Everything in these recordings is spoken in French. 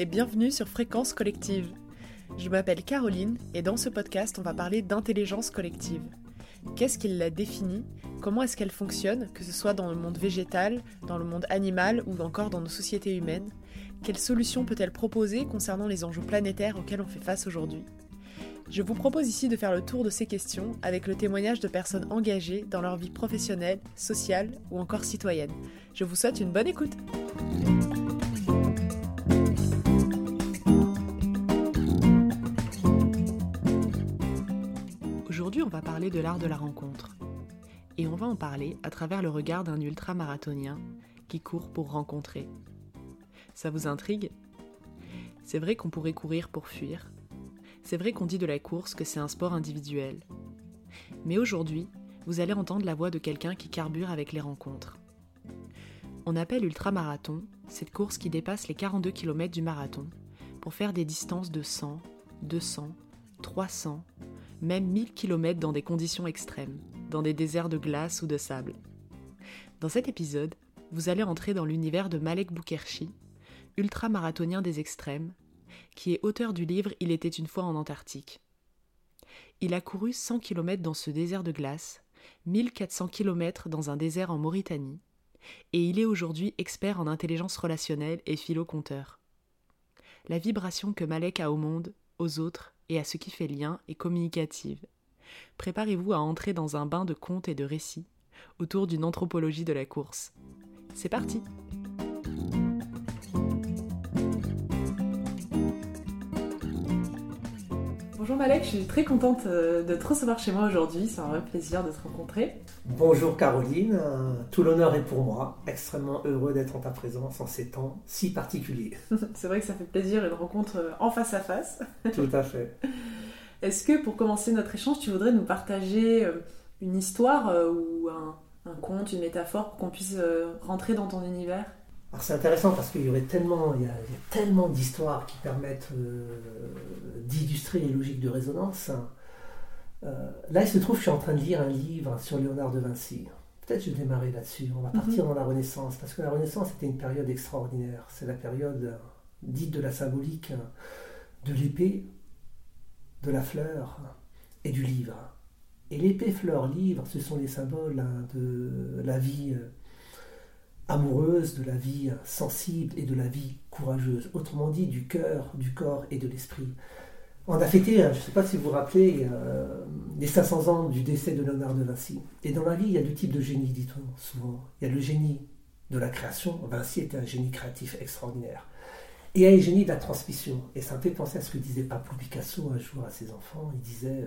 et bienvenue sur Fréquence Collective. Je m'appelle Caroline et dans ce podcast, on va parler d'intelligence collective. Qu'est-ce qui la définit ? Comment est-ce qu'elle fonctionne, que ce soit dans le monde végétal, dans le monde animal ou encore dans nos sociétés humaines ? Quelles solutions peut-elle proposer concernant les enjeux planétaires auxquels on fait face aujourd'hui ? Je vous propose ici de faire le tour de ces questions avec le témoignage de personnes engagées dans leur vie professionnelle, sociale ou encore citoyenne. Je vous souhaite une bonne écoute. Aujourd'hui, on va parler de l'art de la rencontre. Et on va en parler à travers le regard d'un ultramarathonien qui court pour rencontrer. Ça vous intrigue ? C'est vrai qu'on pourrait courir pour fuir. C'est vrai qu'on dit de la course que c'est un sport individuel. Mais aujourd'hui, vous allez entendre la voix de quelqu'un qui carbure avec les rencontres. On appelle ultramarathon cette course qui dépasse les 42 km du marathon pour faire des distances de 100, 200, 300, même 1000 km dans des conditions extrêmes, dans des déserts de glace ou de sable. Dans cet épisode, vous allez entrer dans l'univers de Malek Boukherchi, ultramarathonien des extrêmes, qui est auteur du livre « Il était une fois en Antarctique ». Il a couru 100 km dans ce désert de glace, 1400 km dans un désert en Mauritanie, et il est aujourd'hui expert en intelligence relationnelle et philo-conteur. La vibration que Malek a au monde, aux autres et à ce qui fait lien est communicative. Préparez-vous à entrer dans un bain de contes et de récits autour d'une anthropologie de la course. C'est parti! Bonjour Malek, je suis très contente de te recevoir chez moi aujourd'hui, c'est un vrai plaisir de te rencontrer. Bonjour Caroline, tout l'honneur est pour moi, extrêmement heureux d'être en ta présence en ces temps si particuliers. C'est vrai que ça fait plaisir une rencontre en face à face. Tout à fait. Est-ce que pour commencer notre échange, tu voudrais nous partager une histoire ou un conte, une métaphore pour qu'on puisse rentrer dans ton univers ? Alors c'est intéressant parce qu'il y a tellement d'histoires qui permettent d'illustrer les logiques de résonance. Là, il se trouve que je suis en train de lire un livre sur Léonard de Vinci. Peut-être je vais démarrer là-dessus. On va partir dans la Renaissance, parce que la Renaissance était une période extraordinaire. C'est la période dite de la symbolique de l'épée, de la fleur et du livre. Et l'épée, fleur, livre, ce sont les symboles de la vie amoureuse, de la vie sensible et de la vie courageuse. Autrement dit, du cœur, du corps et de l'esprit. On a fêté, je ne sais pas si vous vous rappelez, les 500 ans du décès de Léonard de Vinci. Et dans la vie, il y a deux types de génie, dit-on souvent. Il y a le génie de la création. Vinci était un génie créatif extraordinaire. Et il y a le génie de la transmission. Et ça me fait penser à ce que disait Pablo Picasso un jour à ses enfants. Il disait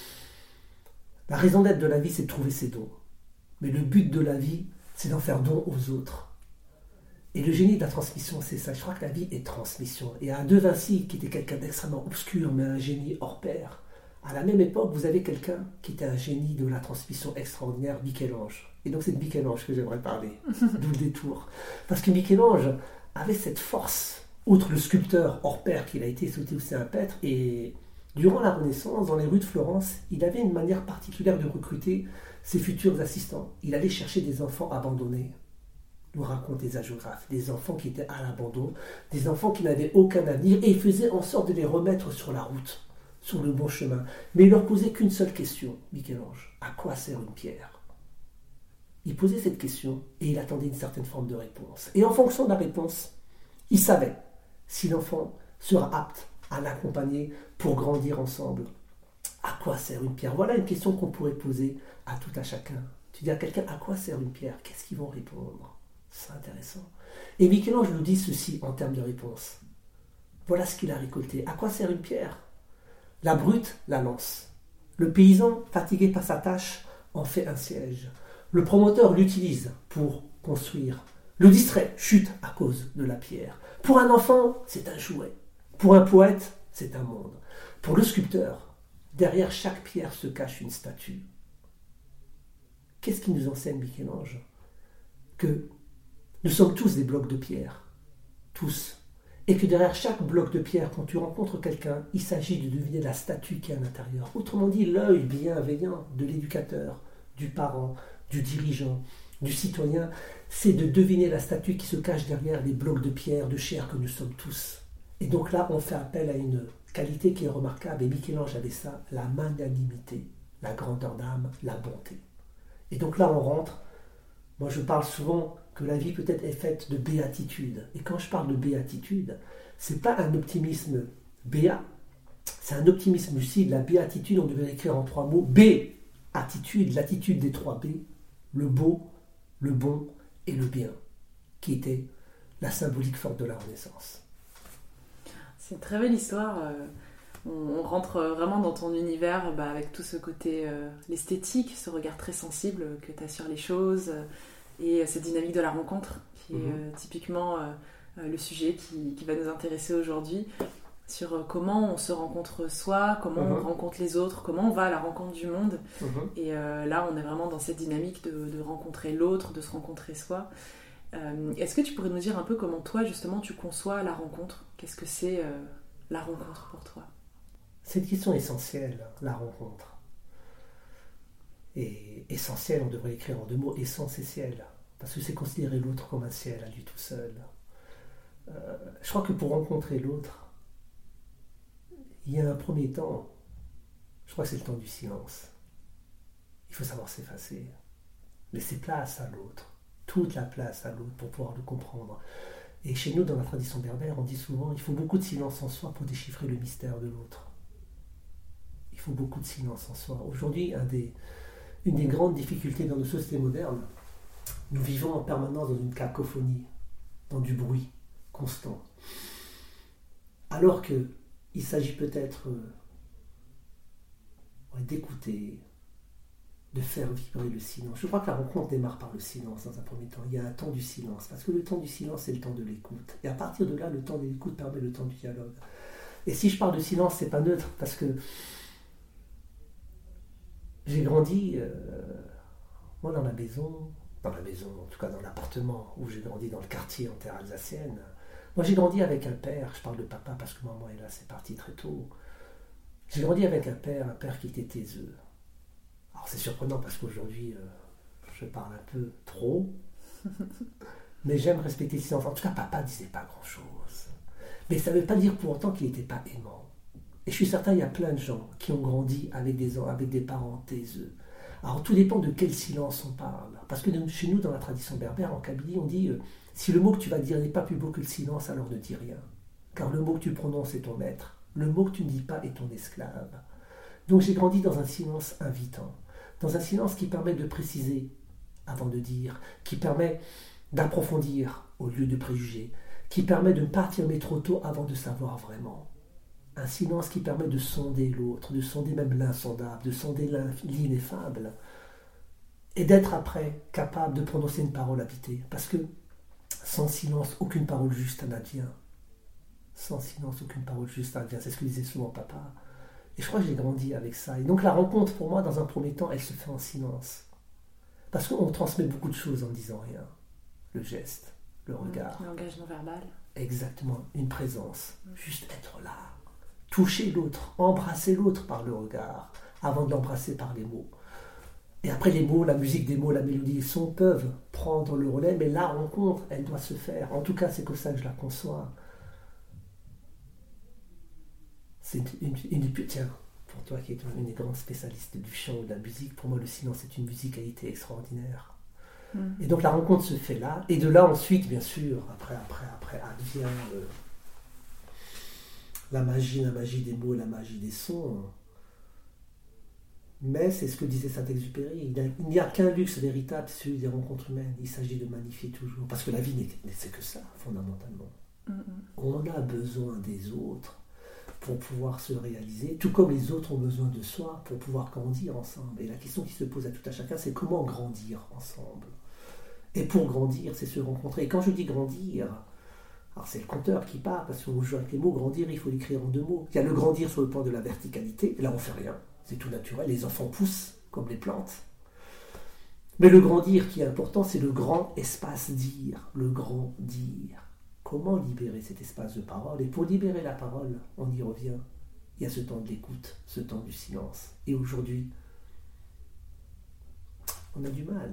la raison d'être de la vie, c'est de trouver ses dons. Mais le but de la vie, c'est d'en faire don aux autres. Et le génie de la transmission, c'est ça. Je crois que la vie est transmission. Et à De Vinci, qui était quelqu'un d'extrêmement obscur, mais un génie hors pair, à la même époque, vous avez quelqu'un qui était un génie de la transmission extraordinaire, Michel-Ange. Et donc c'est de Michel-Ange que j'aimerais parler, d'où le détour. Parce que Michel-Ange avait cette force, outre le sculpteur hors pair qu'il a été, c'était aussi un peintre, et durant la Renaissance, dans les rues de Florence, il avait une manière particulière de recruter ses futurs assistants. Il allait chercher des enfants abandonnés, nous racontent les hagiographes, des enfants qui étaient à l'abandon, des enfants qui n'avaient aucun avenir, et il faisait en sorte de les remettre sur la route, sur le bon chemin. Mais il leur posait qu'une seule question, Michel-Ange, à quoi sert une pierre ? Il posait cette question et il attendait une certaine forme de réponse. Et en fonction de la réponse, il savait si l'enfant sera apte à l'accompagner pour grandir ensemble. À quoi sert une pierre ? Voilà une question qu'on pourrait poser à tout à chacun. Tu dis à quelqu'un, à quoi sert une pierre ? Qu'est-ce qu'ils vont répondre ? C'est intéressant. Et Michel-Ange nous dit ceci en termes de réponse. Voilà ce qu'il a récolté. À quoi sert une pierre ? La brute la lance. Le paysan, fatigué par sa tâche, en fait un siège. Le promoteur l'utilise pour construire. Le distrait chute à cause de la pierre. Pour un enfant, c'est un jouet. Pour un poète, c'est un monde. Pour le sculpteur, derrière chaque pierre se cache une statue. Qu'est-ce qui nous enseigne Michel-Ange ? Que nous sommes tous des blocs de pierre. Tous. Et que derrière chaque bloc de pierre, quand tu rencontres quelqu'un, il s'agit de deviner la statue qui est à l'intérieur. Autrement dit, l'œil bienveillant de l'éducateur, du parent, du dirigeant, du citoyen, c'est de deviner la statue qui se cache derrière les blocs de pierre, de chair que nous sommes tous. Et donc là, on fait appel à une qualité qui est remarquable, et Michel-Ange avait ça, la magnanimité, la grandeur d'âme, la bonté. Et donc là, on rentre, moi je parle souvent que la vie peut-être est faite de béatitude. Et quand je parle de béatitude, c'est pas un optimisme béat, c'est un optimisme lucide. La béatitude, on devrait écrire en 3 mots. B, attitude, l'attitude des 3 B, le beau, le bon et le bien, qui était la symbolique forte de la Renaissance. C'est une très belle histoire. On rentre vraiment dans ton univers avec tout ce côté, l'esthétique, ce regard très sensible que tu as sur les choses et cette dynamique de la rencontre qui est typiquement le sujet qui va nous intéresser aujourd'hui, sur comment on se rencontre soi, comment on rencontre les autres, comment on va à la rencontre du monde. Et là, on est vraiment dans cette dynamique de rencontrer l'autre, de se rencontrer soi. Est-ce que tu pourrais nous dire un peu comment toi, justement, tu conçois la rencontre ? Qu'est-ce que c'est la rencontre pour toi ? C'est une question essentielle, la rencontre. Et essentielle, on devrait l'écrire en 2 mots, essence et ciel. Parce que c'est considérer l'autre comme un ciel à lui tout seul. Je crois que pour rencontrer l'autre, il y a un premier temps, je crois que c'est le temps du silence. Il faut savoir s'effacer. Laisser place à l'autre. Toute la place à l'autre pour pouvoir le comprendre. Et chez nous, dans la tradition berbère, on dit souvent il faut beaucoup de silence en soi pour déchiffrer le mystère de l'autre. Il faut beaucoup de silence en soi. Aujourd'hui, une des grandes difficultés dans nos sociétés modernes, nous vivons en permanence dans une cacophonie, dans du bruit constant. Alors qu'il s'agit peut-être d'écouter, de faire vibrer le silence. Je crois que la rencontre démarre par le silence dans un premier temps. Il y a un temps du silence, parce que le temps du silence, c'est le temps de l'écoute. Et à partir de là, le temps de l'écoute permet le temps du dialogue. Et si je parle de silence, c'est pas neutre, parce que j'ai grandi, moi dans la maison, en tout cas dans l'appartement où j'ai grandi dans le quartier en terre alsacienne. Moi j'ai grandi avec un père, je parle de papa parce que maman est là, c'est parti très tôt. J'ai grandi avec un père qui était taiseux. Alors c'est surprenant parce qu'aujourd'hui, je parle un peu trop, mais j'aime respecter le silence. En tout cas, papa disait pas grand-chose. Mais ça ne veut pas dire pour autant qu'il n'était pas aimant. Et je suis certain, il y a plein de gens qui ont grandi avec des parents taiseux. Alors tout dépend de quel silence on parle. Parce que chez nous, dans la tradition berbère, en Kabylie, on dit si le mot que tu vas dire n'est pas plus beau que le silence, alors ne dis rien. Car le mot que tu prononces est ton maître. Le mot que tu ne dis pas est ton esclave. Donc j'ai grandi dans un silence invitant. Dans un silence qui permet de préciser avant de dire, qui permet d'approfondir au lieu de préjuger, qui permet de ne pas affirmer trop tôt avant de savoir vraiment. Un silence qui permet de sonder l'autre, de sonder même l'insondable, de sonder l'ineffable, et d'être après capable de prononcer une parole habitée. Parce que sans silence, aucune parole juste n'advient. Sans silence, aucune parole juste n'advient. C'est ce que disait souvent papa. Et je crois que j'ai grandi avec ça. Et donc la rencontre, pour moi, dans un premier temps, elle se fait en silence. Parce qu'on transmet beaucoup de choses en disant rien. Le geste, le regard. L'engagement verbal. Exactement, une présence. Juste être là. Toucher l'autre, embrasser l'autre par le regard, avant de l'embrasser par les mots. Et après les mots, la musique des mots, la mélodie, les sons peuvent prendre le relais, mais la rencontre, elle doit se faire. En tout cas, c'est comme ça que je la conçois. C'est tiens, pour toi qui es une des grandes spécialistes du chant ou de la musique, pour moi le silence est une musicalité extraordinaire. Et donc la rencontre se fait là, et de là ensuite, bien sûr, après advient la magie des mots, la magie des sons. Mais c'est ce que disait Saint-Exupéry, il n'y a qu'un luxe véritable, celui des rencontres humaines. Il s'agit de magnifier toujours, parce que la vie c'est que ça, fondamentalement. On a besoin des autres pour pouvoir se réaliser, tout comme les autres ont besoin de soi pour pouvoir grandir ensemble. Et la question qui se pose à tout un chacun, c'est comment grandir ensemble. Et pour grandir, c'est se rencontrer. Et quand je dis grandir, alors c'est le conteur qui part, parce qu'on joue avec les mots, grandir, il faut l'écrire en 2 mots. Il y a le grandir sur le plan de la verticalité, et là on fait rien, c'est tout naturel, les enfants poussent comme les plantes. Mais le grandir qui est important, c'est le grand espace dire, le grand dire. Comment libérer cet espace de parole ? Et pour libérer la parole, on y revient. Il y a ce temps de l'écoute, ce temps du silence. Et aujourd'hui, on a du mal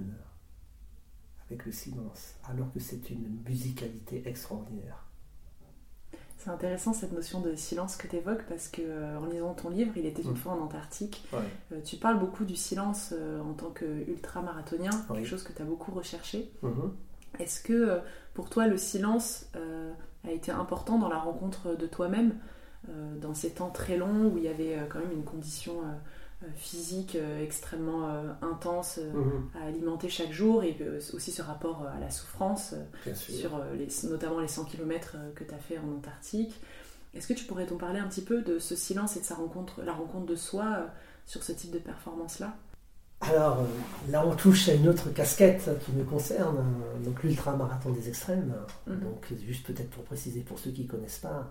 avec le silence, alors que c'est une musicalité extraordinaire. C'est intéressant cette notion de silence que tu évoques parce qu'en lisant ton livre, Il était une fois en Antarctique, tu parles beaucoup du silence en tant qu'ultra-marathonien, quelque chose que tu as beaucoup recherché. Est-ce que pour toi le silence a été important dans la rencontre de toi-même, dans ces temps très longs où il y avait quand même une condition physique extrêmement intense à alimenter chaque jour, et aussi ce rapport à la souffrance sur notamment les 100 km que tu as fait en Antarctique. Est-ce que tu pourrais t'en parler un petit peu de ce silence et de la rencontre de soi sur ce type de performance-là? Alors là on touche à une autre casquette qui me concerne, donc l'ultra-marathon des extrêmes. Donc juste peut-être pour préciser pour ceux qui ne connaissent pas,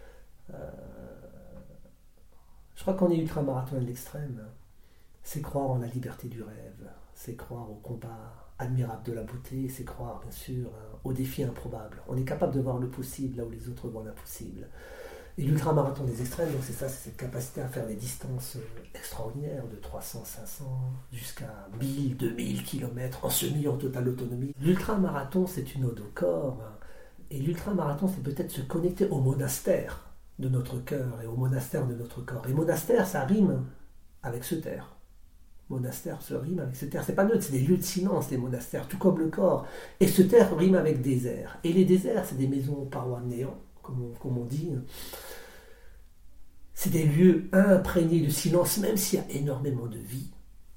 je crois qu'on est ultra-marathonien de l'extrême, c'est croire en la liberté du rêve, c'est croire au combat admirable de la beauté, c'est croire bien sûr au défi improbable. On est capable de voir le possible là où les autres voient l'impossible. Et l'ultra-marathon des extrêmes, donc c'est ça, c'est cette capacité à faire des distances extraordinaires de 300, 500 jusqu'à 1000, 2000 km en semi, en totale autonomie. L'ultra-marathon, c'est une ode au corps. Et l'ultra-marathon, c'est peut-être se connecter au monastère de notre cœur et au monastère de notre corps. Et monastère, ça rime avec se taire. Monastère se rime avec se taire. C'est pas neutre, c'est des lieux de silence, les monastères, tout comme le corps. Et se taire rime avec désert. Et les déserts, c'est des maisons aux parois de néant, comme on dit. C'est des lieux imprégnés de silence, même s'il y a énormément de vie.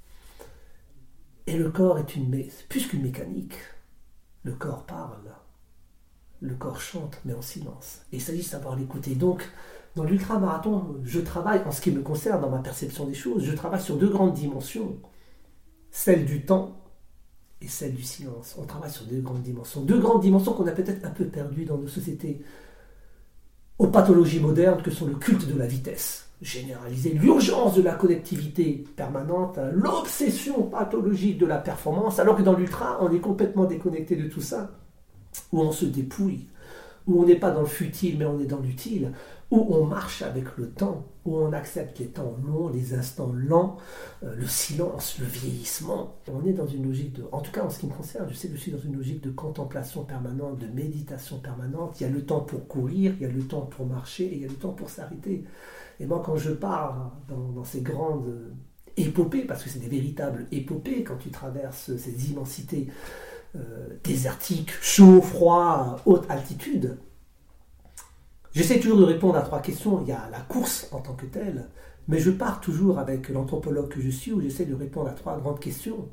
Et le corps est plus qu'une mécanique. Le corps parle. Le corps chante, mais en silence. Et il s'agit de savoir l'écouter. Donc, dans l'ultra-marathon, je travaille, en ce qui me concerne, dans ma perception des choses, je travaille sur deux grandes dimensions. Celle du temps et celle du silence. On travaille sur deux grandes dimensions. Deux grandes dimensions qu'on a peut-être un peu perdues dans nos sociétés aux pathologies modernes que sont le culte de la vitesse généralisée, l'urgence de la connectivité permanente, l'obsession pathologique de la performance, alors que dans l'ultra, on est complètement déconnecté de tout ça, où on se dépouille, où on n'est pas dans le futile, mais on est dans l'utile, où on marche avec le temps, où on accepte les temps longs, les instants lents, le silence, le vieillissement. On est dans une logique en tout cas en ce qui me concerne, je sais que je suis dans une logique de contemplation permanente, de méditation permanente. Il y a le temps pour courir, il y a le temps pour marcher, et il y a le temps pour s'arrêter. Et moi, quand je pars dans ces grandes épopées, parce que c'est des véritables épopées, quand tu traverses ces immensités désertiques, chaud, froid, haute altitude, j'essaie toujours de répondre à trois questions. Il y a la course en tant que telle, mais je pars toujours avec l'anthropologue que je suis, où j'essaie de répondre à trois grandes questions.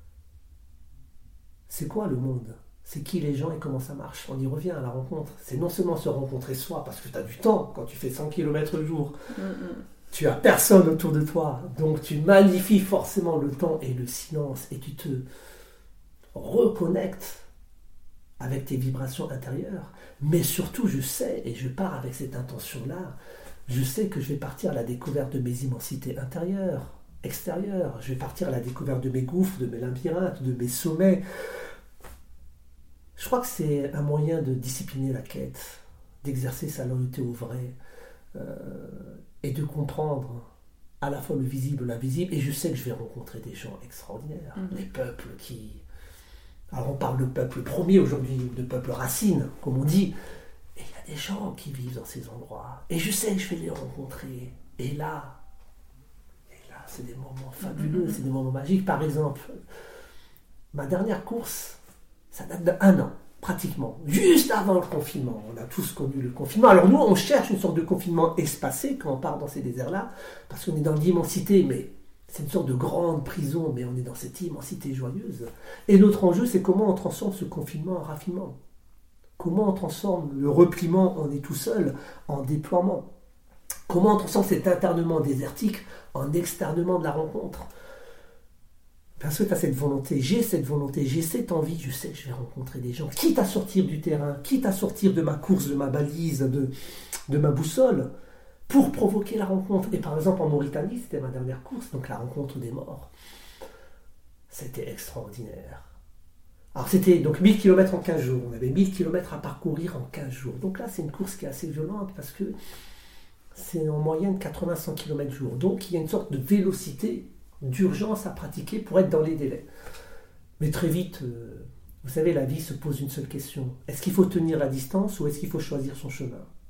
C'est quoi le monde ? C'est qui les gens et comment ça marche ? On y revient à la rencontre. C'est non seulement se rencontrer soi, parce que tu as du temps quand tu fais 100 km le jour. Tu as personne autour de toi, donc tu magnifies forcément le temps et le silence, et tu te reconnectes avec tes vibrations intérieures. Mais surtout, je sais, et je pars avec cette intention-là, je sais que je vais partir à la découverte de mes immensités intérieures, extérieures. Je vais partir à la découverte de mes gouffres, de mes labyrinthes, de mes sommets. Je crois que c'est un moyen de discipliner la quête, d'exercer sa loyauté au vrai, et de comprendre à la fois le visible et l'invisible. Et je sais que je vais rencontrer des gens extraordinaires, des peuples qui... Alors on parle de peuple premier aujourd'hui, de peuple racine, comme on dit. Et il y a des gens qui vivent dans ces endroits. Et je sais que je vais les rencontrer. Et là, c'est des moments fabuleux, c'est des moments magiques. Par exemple, ma dernière course, ça date d'1 an, pratiquement. Juste avant le confinement. On a tous connu le confinement. Alors nous, on cherche une sorte de confinement espacé quand on part dans ces déserts-là, parce qu'on est dans l'immensité, mais... c'est une sorte de grande prison, mais on est dans cette immensité joyeuse. Et notre enjeu, c'est comment on transforme ce confinement en raffinement. Comment on transforme le repliement, on est tout seul, en déploiement. Comment on transforme cet internement désertique en externement de la rencontre. Parce que tu as cette volonté, j'ai cette envie, je sais que je vais rencontrer des gens, quitte à sortir du terrain, quitte à sortir de ma course, de ma balise, de ma boussole, pour provoquer la rencontre. Et par exemple en Mauritanie, c'était ma dernière course, donc la rencontre des morts. C'était extraordinaire. Alors c'était donc 1000 km en 15 jours, on avait 1000 km à parcourir en 15 jours. Donc là c'est une course qui est assez violente parce que c'est en moyenne 80-100 km jour. Donc il y a une sorte de vélocité, d'urgence à pratiquer pour être dans les délais. Mais très vite, vous savez, la vie se pose une seule question. Est-ce qu'il faut tenir la distance ou est-ce qu'il faut choisir son chemin ?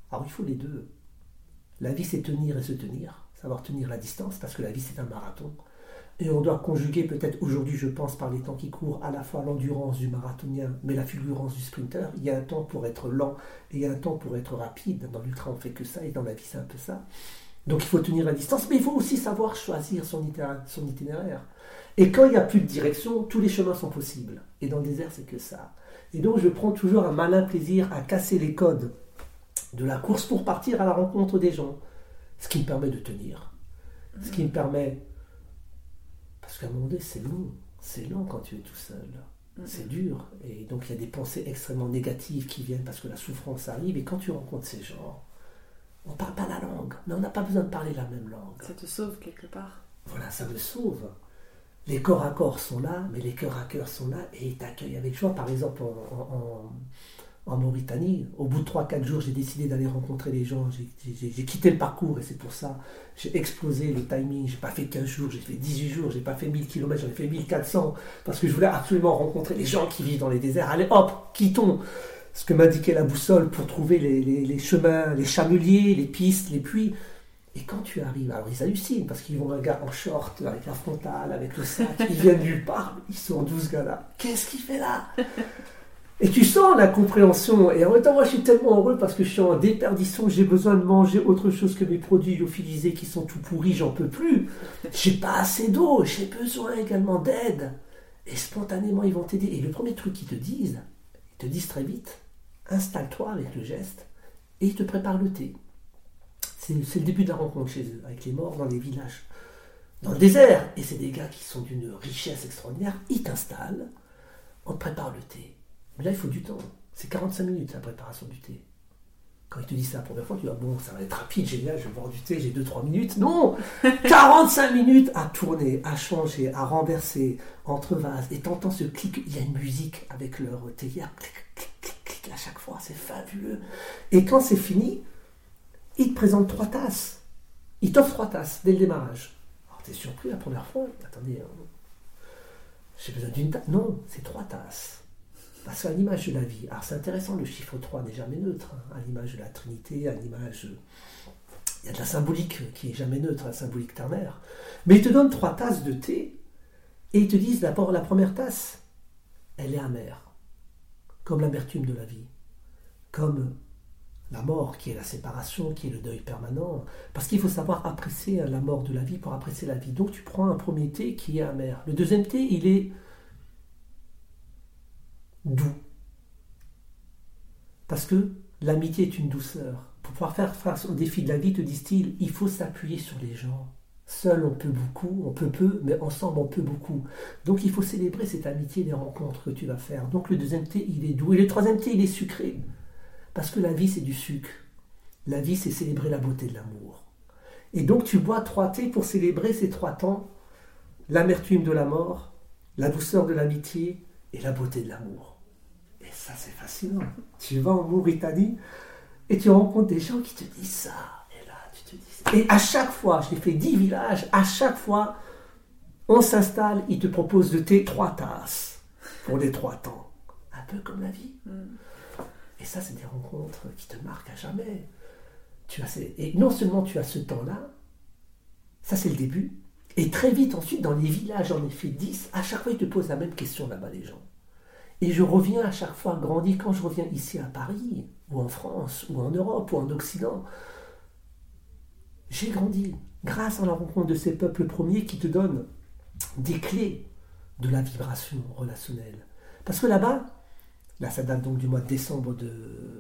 Alors il faut les deux. La vie, c'est tenir et se tenir, savoir tenir la distance, parce que la vie, c'est un marathon. Et on doit conjuguer peut-être aujourd'hui, je pense, par les temps qui courent, à la fois l'endurance du marathonien, mais la fulgurance du sprinter. Il y a un temps pour être lent et il y a un temps pour être rapide. Dans l'ultra, on ne fait que ça, et dans la vie, c'est un peu ça. Donc il faut tenir la distance, mais il faut aussi savoir choisir son itinéraire. Et quand il n'y a plus de direction, tous les chemins sont possibles. Et dans le désert, c'est que ça. Et donc je prends toujours un malin plaisir à casser les codes de la course pour partir à la rencontre des gens. Ce qui me permet de tenir. Ce qui me permet... Parce qu'à un moment donné, c'est long quand tu es tout seul. C'est dur. Et donc il y a des pensées extrêmement négatives qui viennent parce que la souffrance arrive. Et quand tu rencontres ces gens, on ne parle pas la langue, mais on n'a pas besoin de parler la même langue. Ça te sauve quelque part. Voilà, ça me sauve. Les corps à corps sont là, mais les cœurs à cœur sont là et ils t'accueillent avec joie. Par exemple, en Mauritanie, au bout de 3-4 jours, j'ai décidé d'aller rencontrer les gens. J'ai quitté le parcours et c'est pour ça j'ai explosé le timing. J'ai pas fait 15 jours, j'ai fait 18 jours, j'ai pas fait 1000 km, j'en ai fait 1400 parce que je voulais absolument rencontrer les gens qui vivent dans les déserts. Allez hop, quittons ce que m'indiquait la boussole pour trouver les chemins, les chameliers, les pistes, les puits. Et quand tu arrives, alors ils hallucinent parce qu'ils vont un gars en short, avec la frontale, avec le sac, ils viennent nulle part, ils sont 12 gars là. Qu'est-ce qu'il fait là? Et tu sens la compréhension. Et en même temps, moi je suis tellement heureux parce que je suis en déperdition, j'ai besoin de manger autre chose que mes produits lyophilisés qui sont tout pourris, j'en peux plus. J'ai pas assez d'eau, j'ai besoin également d'aide. Et spontanément ils vont t'aider. Et le premier truc qu'ils te disent très vite, installe-toi avec le geste et ils te préparent le thé. C'est le début de la rencontre chez eux, avec les morts dans les villages, dans le désert. Et c'est des gars qui sont d'une richesse extraordinaire. Ils t'installent, on te prépare le thé. Mais là, il faut du temps. C'est 45 minutes la préparation du thé. Quand ils te disent ça la première fois, tu dis, bon, ça va être rapide, génial, je vais boire du thé, j'ai 2-3 minutes. Non 45 minutes à tourner, à changer, à renverser, entre vases. Et t'entends ce clic, il y a une musique avec leur théière, clic, clic, clic, clic, à chaque fois, c'est fabuleux. Et quand c'est fini, ils te présentent 3 tasses. Ils t'offrent 3 tasses dès le démarrage. Alors t'es surpris la première fois. Attendez, j'ai besoin d'une tasse. Non, c'est 3 tasses. Parce qu'à l'image de la vie, alors c'est intéressant, le chiffre 3 n'est jamais neutre. À l'image de la Trinité, à l'image... Il y a de la symbolique qui n'est jamais neutre, la symbolique ternaire. Mais ils te donnent 3 tasses de thé et ils te disent d'abord la première tasse, elle est amère. Comme l'amertume de la vie. Comme... la mort, qui est la séparation, qui est le deuil permanent. Parce qu'il faut savoir apprécier la mort de la vie pour apprécier la vie. Donc tu prends un premier thé qui est amer. Le deuxième thé, il est doux. Parce que l'amitié est une douceur. Pour pouvoir faire face aux défis de la vie, te disent-ils, il faut s'appuyer sur les gens. Seul on peut beaucoup, on peut peu, mais ensemble on peut beaucoup. Donc il faut célébrer cette amitié, les rencontres que tu vas faire. Donc le deuxième thé, il est doux. Et le troisième thé, il est sucré. Parce que la vie, c'est du sucre. La vie, c'est célébrer la beauté de l'amour. Et donc, tu bois 3 thés pour célébrer ces 3 temps. L'amertume de la mort, la douceur de l'amitié et la beauté de l'amour. Et ça, c'est fascinant. Tu vas en Mauritanie et tu rencontres des gens qui te disent ça. Et là, tu te dis ça. Et à chaque fois, j'ai fait 10 villages, à chaque fois, on s'installe, ils te proposent de thé 3 tasses pour les 3 temps. Un peu comme la vie. Et ça, c'est des rencontres qui te marquent à jamais. Et non seulement tu as ce temps-là, ça c'est le début, et très vite ensuite, dans les villages, j'en ai fait 10, à chaque fois ils te posent la même question là-bas, les gens. Et je reviens à chaque fois grandi, quand je reviens ici à Paris, ou en France, ou en Europe, ou en Occident. J'ai grandi grâce à la rencontre de ces peuples premiers qui te donnent des clés de la vibration relationnelle. Parce que là-bas, là, ça date donc du mois de décembre de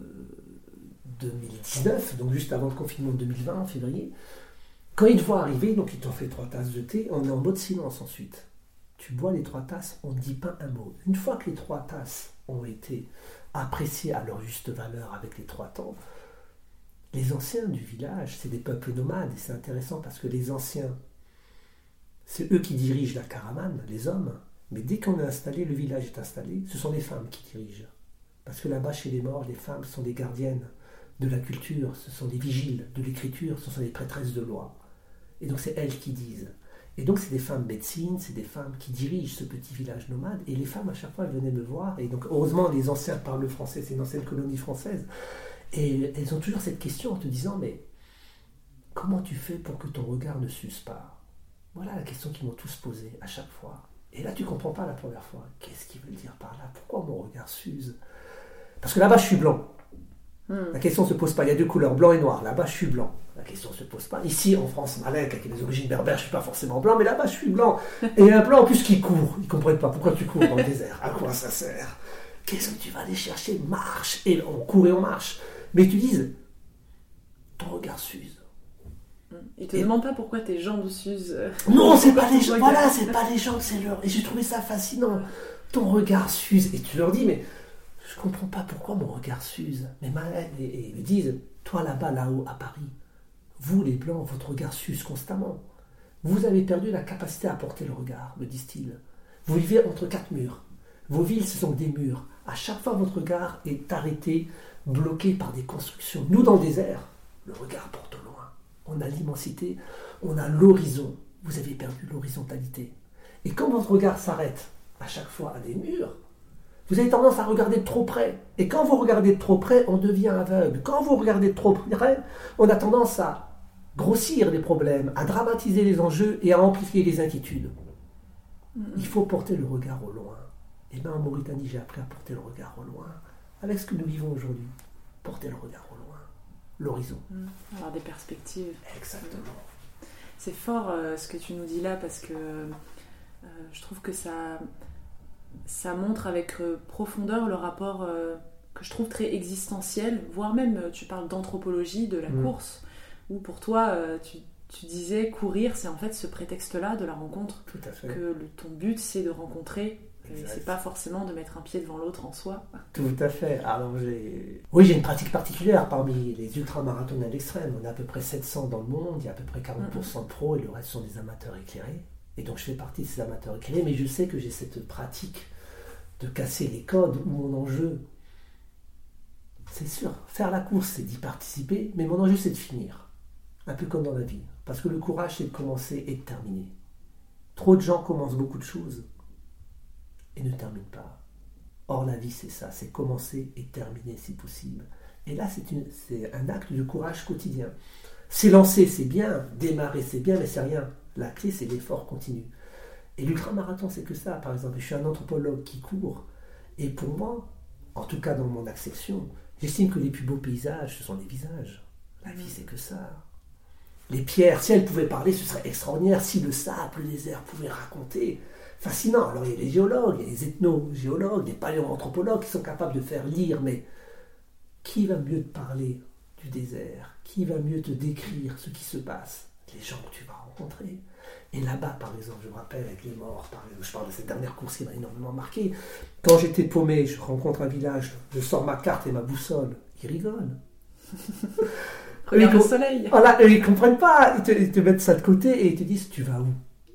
2019, donc juste avant le confinement de 2020, en février. Quand ils te voient arriver, donc ils t'ont fait 3 tasses de thé, on est en mode silence ensuite. Tu bois les 3 tasses, on ne dit pas un mot. Une fois que les 3 tasses ont été appréciées à leur juste valeur avec les 3 temps, les anciens du village, c'est des peuples nomades, et c'est intéressant parce que les anciens, c'est eux qui dirigent la caravane, les hommes. Mais dès qu'on est installé, le village est installé, ce sont les femmes qui dirigent. Parce que là-bas, chez les morts, les femmes sont des gardiennes de la culture, ce sont des vigiles de l'écriture, ce sont des prêtresses de loi. Et donc c'est elles qui disent. Et donc c'est des femmes médecines, c'est des femmes qui dirigent ce petit village nomade. Et les femmes, à chaque fois, elles venaient me voir. Et donc heureusement, les anciens parlent le français, c'est une ancienne colonie française. Et elles ont toujours cette question en te disant, mais comment tu fais pour que ton regard ne s'use pas? Voilà la question qu'ils m'ont tous posée à chaque fois. Et là, tu ne comprends pas la première fois. Qu'est-ce qu'il veut dire par là? Pourquoi mon regard s'use? Parce que là-bas, je suis blanc. La question ne se pose pas. Il y a deux couleurs, blanc et noir. Là-bas, je suis blanc. La question ne se pose pas. Ici, en France, Malek, avec les origines berbères, je ne suis pas forcément blanc, mais là-bas, je suis blanc. Et un blanc, en plus, qui court. Ils ne comprennent pas. Pourquoi tu cours dans le désert? À quoi ça sert? Qu'est-ce que tu vas aller chercher? Marche. Et on court et on marche. Mais tu dises, ton regard s'use. Ils te demandent pas pourquoi tes jambes s'usent. Non, c'est pas les jambes. Voilà, c'est pas les jambes, c'est leur. Et j'ai trouvé ça fascinant. Ton regard s'use. Et tu leur dis, mais je comprends pas pourquoi mon regard s'use. Mais et ils me disent, toi là-bas, là-haut, à Paris, vous les Blancs, votre regard s'use constamment. Vous avez perdu la capacité à porter le regard, me disent-ils. Vous vivez entre quatre murs. Vos villes, ce sont des murs. À chaque fois, votre regard est arrêté, bloqué par des constructions. Nous, dans le désert, le regard porte au loin. On a l'immensité, on a l'horizon. Vous avez perdu l'horizontalité. Et quand votre regard s'arrête à chaque fois à des murs, vous avez tendance à regarder de trop près. Et quand vous regardez de trop près, on devient aveugle. Quand vous regardez de trop près, on a tendance à grossir les problèmes, à dramatiser les enjeux et à amplifier les inquiétudes. Il faut porter le regard au loin. Et bien en Mauritanie, j'ai appris à porter le regard au loin. Avec ce que nous vivons aujourd'hui, porter le regard au loin. L'horizon. Avoir des perspectives. Exactement. C'est fort ce que tu nous dis là parce que je trouve que ça montre avec profondeur le rapport que je trouve très existentiel, voire même tu parles d'anthropologie, de la course, où pour toi tu disais courir, c'est en fait ce prétexte-là de la rencontre. Tout à fait. Que ton but c'est de rencontrer. Et c'est pas forcément de mettre un pied devant l'autre en soi. Tout à fait. Alors j'ai une pratique particulière parmi les ultramarathoniens d'extrême. On est à peu près 700 dans le monde, il y a à peu près 40% de pros et le reste sont des amateurs éclairés. Et donc je fais partie de ces amateurs éclairés, mais je sais que j'ai cette pratique de casser les codes où mon enjeu, c'est sûr, faire la course c'est d'y participer, mais mon enjeu c'est de finir. Un peu comme dans la vie. Parce que le courage c'est de commencer et de terminer. Trop de gens commencent beaucoup de choses et ne termine pas. Or, la vie, c'est ça, c'est commencer et terminer si possible. Et là, c'est un acte de courage quotidien. S'élancer, c'est bien, démarrer, c'est bien, mais c'est rien. La clé, c'est l'effort continu. Et l'ultramarathon, c'est que ça, par exemple. Je suis un anthropologue qui court, et pour moi, en tout cas dans mon acception, j'estime que les plus beaux paysages, ce sont les visages. La vie, c'est que ça. Les pierres, si elles pouvaient parler, ce serait extraordinaire. Si le sable, le désert pouvaient raconter... Fascinant. Alors il y a les géologues, il y a les ethnogéologues, les paléoanthropologues qui sont capables de faire lire, mais qui va mieux te parler du désert? Qui va mieux te décrire ce qui se passe? Les gens que tu vas rencontrer. Et là-bas, par exemple, je me rappelle avec les morts, je parle de cette dernière course qui m'a énormément marqué. Quand j'étais paumé, je rencontre un village, je sors ma carte et ma boussole, ils rigolent. Regarde le soleil. Voilà, ils ne comprennent pas, ils te mettent ça de côté et ils te disent, tu vas où?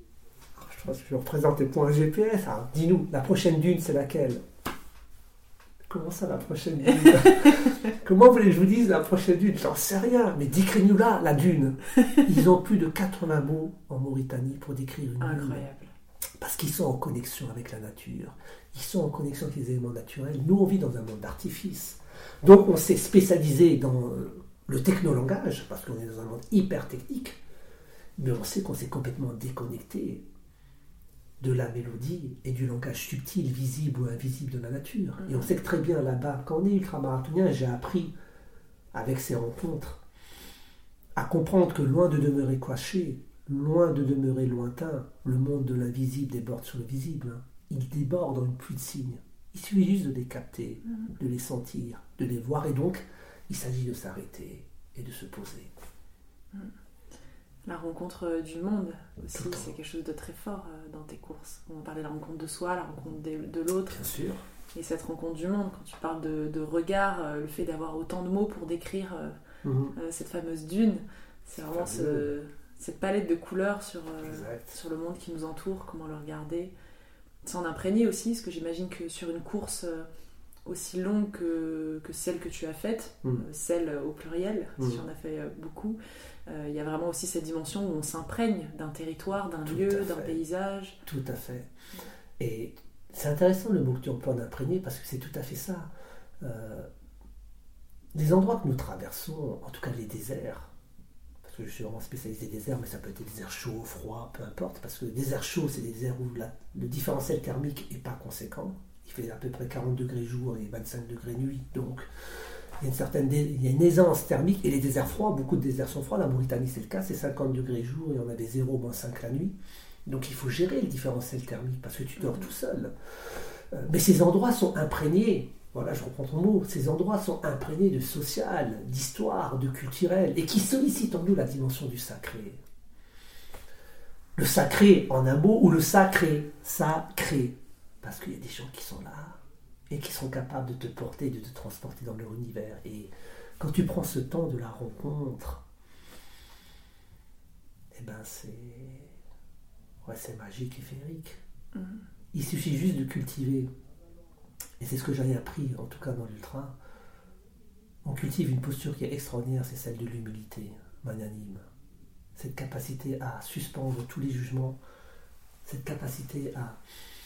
Je représente tes points GPS. Alors, dis-nous, la prochaine dune, c'est laquelle? Comment ça, la prochaine dune? Comment voulez-vous que je vous dise la prochaine dune? J'en sais rien, mais décris-nous là, la dune. Ils ont plus de 80 mots en Mauritanie pour décrire une dune. Incroyable. Parce qu'ils sont en connexion avec la nature. Ils sont en connexion avec les éléments naturels. Nous, on vit dans un monde d'artifice. Donc, on s'est spécialisé dans le technolangage, parce qu'on est dans un monde hyper technique, mais on sait qu'on s'est complètement déconnecté de la mélodie et du langage subtil, visible ou invisible de la nature. Et on sait que très bien là-bas, quand on est ultramarathonien, j'ai appris avec ces rencontres à comprendre que loin de demeurer caché, loin de demeurer lointain, le monde de l'invisible déborde sur le visible. Il déborde dans une pluie de signes. Il suffit juste de les capter, de les sentir, de les voir. Et donc, il s'agit de s'arrêter et de se poser. La rencontre du monde aussi, c'est quelque chose de très fort dans tes courses. On parlait de la rencontre de soi, la rencontre de l'autre. Bien sûr. Et cette rencontre du monde, quand tu parles de regard, le fait d'avoir autant de mots pour décrire cette fameuse dune, c'est vraiment cette palette de couleurs sur le monde qui nous entoure, comment le regarder. S'en imprégner aussi, parce que j'imagine que sur une course aussi longue que celle que tu as faite, celle au pluriel, si j'en ai fait beaucoup, il y a vraiment aussi cette dimension où on s'imprègne d'un territoire, d'un lieu, d'un paysage. Tout à fait. Et c'est intéressant le mot que tu emploies d'imprégner, parce que c'est tout à fait ça. les endroits que nous traversons, en tout cas les déserts, parce que je suis vraiment spécialisé déserts, mais ça peut être des déserts chauds, froids, peu importe, parce que les déserts chauds, c'est des déserts où le différentiel thermique n'est pas conséquent. Il fait à peu près 40 degrés jour et 25 degrés nuit, donc il y a une aisance thermique. Et les déserts froids, beaucoup de déserts sont froids, la Mauritanie c'est le cas, c'est 50 degrés jour et on avait 0, -5 la nuit. Donc il faut gérer le différentiel thermique parce que tu dors tout seul. Mais ces endroits sont imprégnés, voilà, je reprends ton mot, ces endroits sont imprégnés de social, d'histoire, de culturel, et qui sollicitent en nous la dimension du sacré. Le sacré en un mot, ou le sacré, parce qu'il y a des gens qui sont là, et qui sont capables de te porter, de te transporter dans leur univers. Et quand tu prends ce temps de la rencontre, eh ben c'est magique et féerique. Il suffit juste de cultiver. Et c'est ce que j'avais appris, en tout cas dans l'ultra. On cultive une posture qui est extraordinaire, c'est celle de l'humilité magnanime. Cette capacité à suspendre tous les jugements, cette capacité à...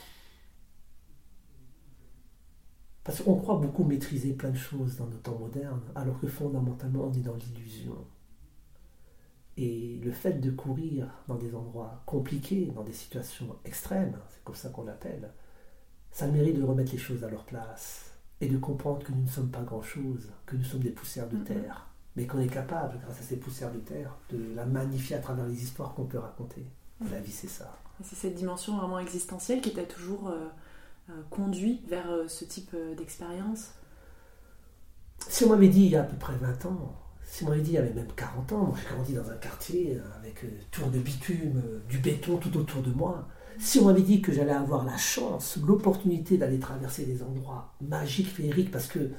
Parce qu'on croit beaucoup maîtriser plein de choses dans nos temps modernes, alors que fondamentalement on est dans l'illusion. Et le fait de courir dans des endroits compliqués, dans des situations extrêmes, c'est comme ça qu'on l'appelle, ça a le mérite de remettre les choses à leur place et de comprendre que nous ne sommes pas grand-chose, que nous sommes des poussières de terre, mais qu'on est capable, grâce à ces poussières de terre, de la magnifier à travers les histoires qu'on peut raconter. La vie, c'est ça. Et c'est cette dimension vraiment existentielle qui t'a toujours conduit vers ce type d'expérience? Si on m'avait dit il y a à peu près 20 ans, si on m'avait dit il y avait même 40 ans, moi j'ai grandi dans un quartier avec tours de bitume, du béton tout autour de moi. Si on m'avait dit que j'allais avoir la chance, l'opportunité d'aller traverser des endroits magiques, féeriques, parce que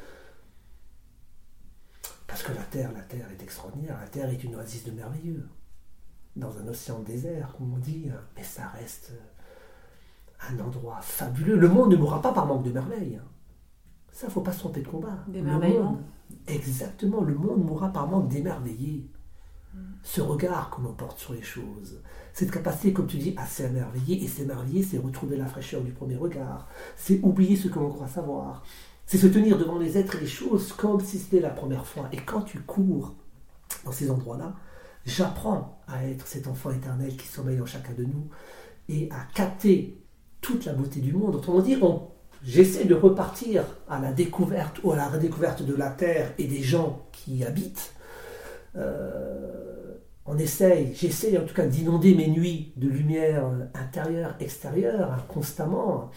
la Terre est extraordinaire, la Terre est une oasis de merveilleux. Dans un océan désert, comme on dit, mais ça reste un endroit fabuleux. Le monde ne mourra pas par manque de merveilles. Ça, il ne faut pas se tromper de combat. D'émerveillement. Exactement, le monde mourra par manque d'émerveiller. Ce regard que l'on porte sur les choses, cette capacité, comme tu dis, à s'émerveiller, et s'émerveiller, c'est retrouver la fraîcheur du premier regard, c'est oublier ce que l'on croit savoir, c'est se tenir devant les êtres et les choses comme si c'était la première fois. Et quand tu cours dans ces endroits-là, j'apprends à être cet enfant éternel qui sommeille en chacun de nous et à capter toute la beauté du monde. Autrement dit, j'essaie de repartir à la découverte ou à la redécouverte de la Terre et des gens qui y habitent. J'essaie en tout cas d'inonder mes nuits de lumière intérieure, extérieure, constamment.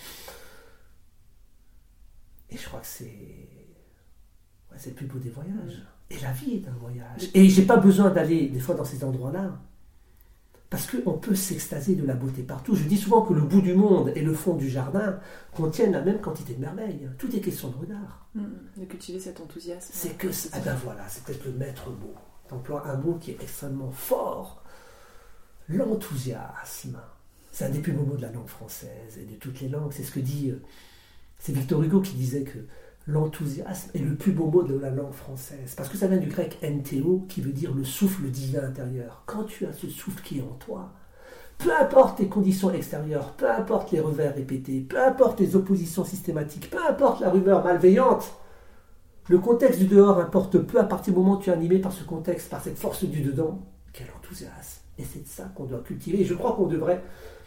Et je crois que c'est le plus beau des voyages. Et la vie est un voyage. Et j'ai pas besoin d'aller des fois dans ces endroits-là. Parce qu'on peut s'extasier de la beauté partout. Je dis souvent que le bout du monde et le fond du jardin contiennent la même quantité de merveilles. Tout est question de regard. De cultiver cet enthousiasme. C'est que, voilà, c'est peut-être le maître mot. Tu emploies un mot qui est extrêmement fort. L'enthousiasme. C'est un des plus beaux mots de la langue française et de toutes les langues. C'est ce que dit... C'est Victor Hugo qui disait que l'enthousiasme est le plus beau mot de la langue française. Parce que ça vient du grec entéo, qui veut dire le souffle divin intérieur. Quand tu as ce souffle qui est en toi, peu importe tes conditions extérieures, peu importe les revers répétés, peu importe les oppositions systématiques, peu importe la rumeur malveillante, le contexte du dehors importe peu à partir du moment où tu es animé par ce contexte, par cette force du dedans. Quel enthousiasme! Et c'est de ça qu'on doit cultiver. Et je crois qu'on devrait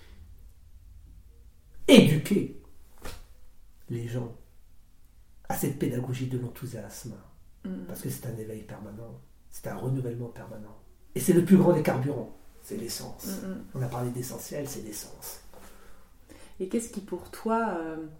éduquer les gens à cette pédagogie de l'enthousiasme. Parce que c'est un éveil permanent, c'est un renouvellement permanent. Et c'est le plus grand des carburants, c'est l'essence. On a parlé d'essentiel, c'est l'essence. Et qu'est-ce qui pour toi